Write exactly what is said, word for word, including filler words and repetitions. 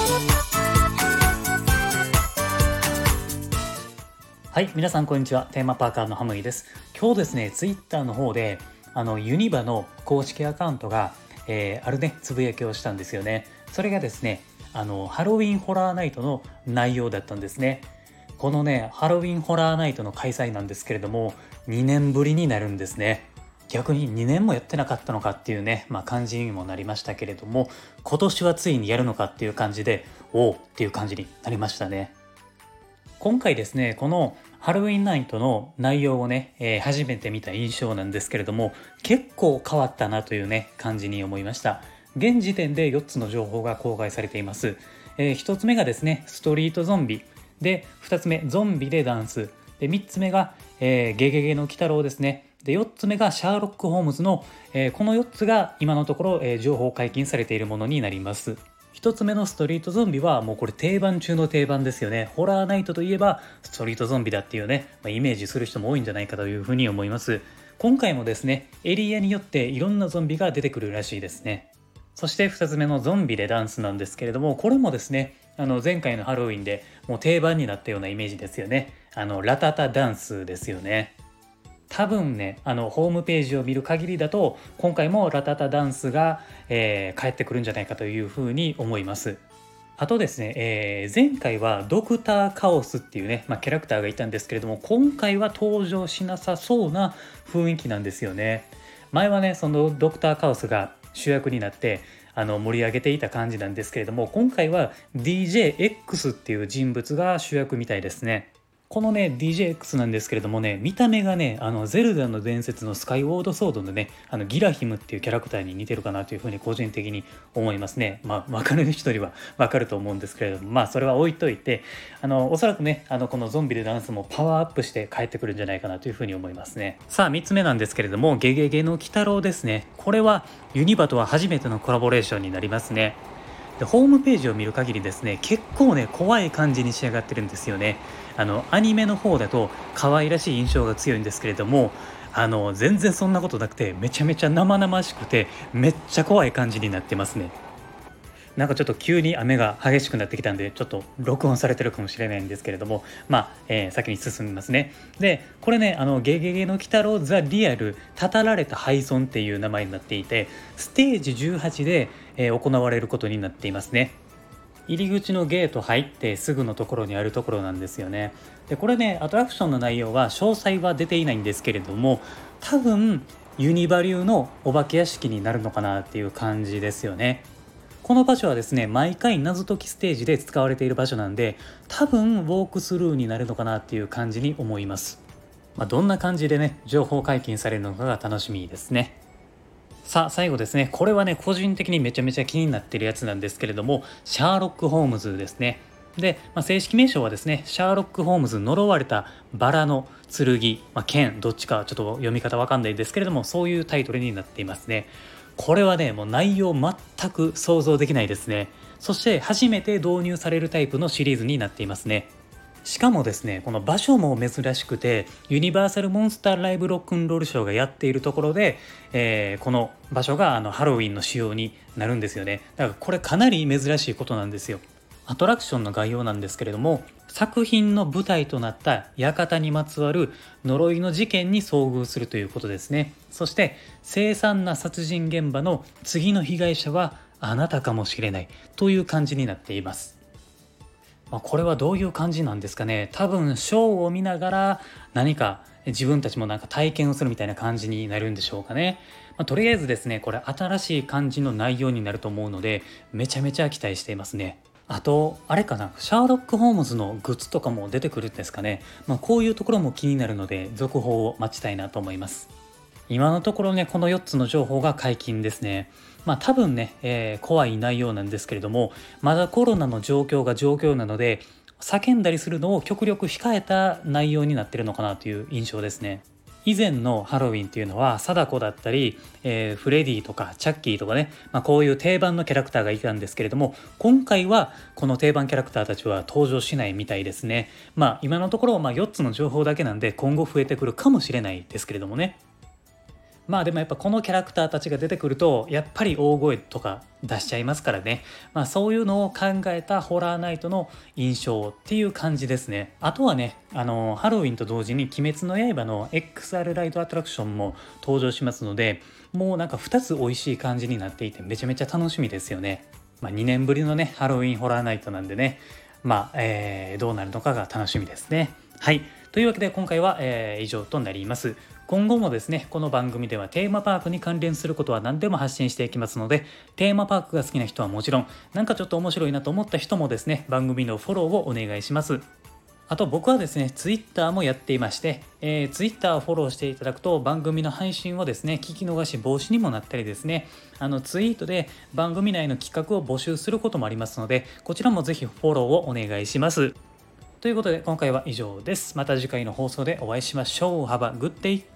はい、皆さんこんにちは。テーマパーカーのハムイです。今日ですね、ツイッターの方であのユニバの公式アカウントが、えー、あるねつぶやきをしたんですよね。それがですね、あのハロウィンホラーナイトの内容だったんですね。このねハロウィンホラーナイトの開催なんですけれども、にねんぶりになるんですね。逆ににねんもやってなかったのかっていうね、まあ、感じにもなりましたけれども、今年はついにやるのかっていう感じで、おおっていう感じになりましたね。今回ですね、このハロウィンナイトの内容をね、えー初めて見た印象なんですけれども、結構変わったなというね、感じに思いました。現時点でよっつの情報が公開されています。えーひとつめがですね、ストリートゾンビ。で、ふたつめ、ゾンビでダンス。で、みっつめが、えーゲゲゲの鬼太郎ですね。で、よっつめがシャーロック・ホームズの、えーこのよっつが今のところ、えー情報解禁されているものになります。一つ目のストリートゾンビはもうこれ定番中の定番ですよね。ホラーナイトといえばストリートゾンビだっていうね、まあ、イメージする人も多いんじゃないかというふうに思います。今回もですね、エリアによっていろんなゾンビが出てくるらしいですね。そしてふたつめのゾンビでダンスなんですけれども、これもですね、あの前回のハロウィンでもう定番になったようなイメージですよね。あのラタタダンスですよね。多分ね、あのホームページを見る限りだと、今回もラタタダンスが、えー帰ってくるんじゃないかというふうに思います。あとですね、えー前回はドクターカオスっていうね、まあ、キャラクターがいたんですけれども、今回は登場しなさそうな雰囲気なんですよね。前はね、そのドクターカオスが主役になってあの盛り上げていた感じなんですけれども、今回は ディージェーエックス っていう人物が主役みたいですね。このね ディージェーエックス なんですけれどもね、見た目がね、あのゼルダの伝説のスカイウォードソードのね、あのギラヒムっていうキャラクターに似てるかなというふうに個人的に思いますね。まあ分かる人には分かると思うんですけれども、まあそれは置いといて、あのおそらくね、あのこのゾンビでダンスもパワーアップして帰ってくるんじゃないかなというふうに思いますね。さあみっつめなんですけれども、ゲゲゲの鬼太郎ですね。これはユニバとは初めてのコラボレーションになりますね。でホームページを見る限りですね、結構ね怖い感じに仕上がってるんですよね。あのアニメの方だと可愛らしい印象が強いんですけれども、あの全然そんなことなくて、めちゃめちゃ生々しくてめっちゃ怖い感じになってますね。なんかちょっと急に雨が激しくなってきたんで、ちょっと録音されてるかもしれないんですけれども、まあ、えー先に進みますね。でこれね、あのゲゲゲの鬼太郎ザ・リアルたたられた廃村っていう名前になっていて、ステージじゅうはちで、えー行われることになっていますね。入り口のゲート入ってすぐのところにあるところなんですよね。でこれね、アトラクションの内容は詳細は出ていないんですけれども、多分ユニバ流のお化け屋敷になるのかなっていう感じですよね。この場所はですね、毎回謎解きステージで使われている場所なんで、多分ウォークスルーになるのかなっていう感じに思います。まあ、どんな感じでね情報解禁されるのかが楽しみですね。さあ最後ですね、これはね個人的にめちゃめちゃ気になってるやつなんですけれども、シャーロック・ホームズですね。で、まあ、正式名称はですね、シャーロック・ホームズ呪われたバラの剣、まあ、剣どっちかちょっと読み方わかんないですけれども、そういうタイトルになっていますね。これはねもう内容全く想像できないですね。そして初めて導入されるタイプのシリーズになっていますね。しかもですね、この場所も珍しくて、ユニバーサル・モンスター・ライブ・ロックンロールショーがやっているところで、えーこの場所があのハロウィンの仕様になるんですよね。だからこれかなり珍しいことなんですよ。アトラクションの概要なんですけれども、作品の舞台となった館にまつわる呪いの事件に遭遇するということですね。そして凄惨な殺人現場の次の被害者はあなたかもしれないという感じになっています。まあ、これはどういう感じなんですかね。多分ショーを見ながら何か自分たちもなんか体験をするみたいな感じになるんでしょうかね。まあ、とりあえずですね、これ新しい感じの内容になると思うので、めちゃめちゃ期待していますね。あとあれかな、シャーロック・ホームズのグッズとかも出てくるんですかね。まあ、こういうところも気になるので続報を待ちたいなと思います。今のところね、このよっつの情報が解禁ですね。まあ多分ね、えー怖い内容なんですけれども、まだコロナの状況が状況なので、叫んだりするのを極力控えた内容になってるのかなという印象ですね。以前のハロウィンっていうのは貞子だったり、えーフレディとかチャッキーとかね、まあ、こういう定番のキャラクターがいたんですけれども、今回はこの定番キャラクターたちは登場しないみたいですね。まあ今のところまあよっつの情報だけなんで、今後増えてくるかもしれないですけれどもね。 まあでもやっぱこのキャラクターたちが出てくるとやっぱり大声とか出しちゃいますからね。まあそういうのを考えたホラーナイトの印象っていう感じですね。あとはね、あのハロウィンと同時に鬼滅の刃の エックスアール ライトアトラクションも登場しますので、もうなんかふたつ美味しい感じになっていてめちゃめちゃ楽しみですよね。まあ、にねんぶりのねハロウィンホラーナイトなんでね、まあ、えーどうなるのかが楽しみですね。はい。というわけで今回は、えー以上となります。今後もですね、この番組ではテーマパークに関連することは何でも発信していきますので、テーマパークが好きな人はもちろん、なんかちょっと面白いなと思った人もですね、番組のフォローをお願いします。あと僕はですね、ツイッターもやっていまして、えー、ツイッターをフォローしていただくと番組の配信をですね、聞き逃し防止にもなったりですね、あのツイートで番組内の企画を募集することもありますので、こちらもぜひフォローをお願いします。ということで今回は以上です。また次回の放送でお会いしましょう。Have a good day!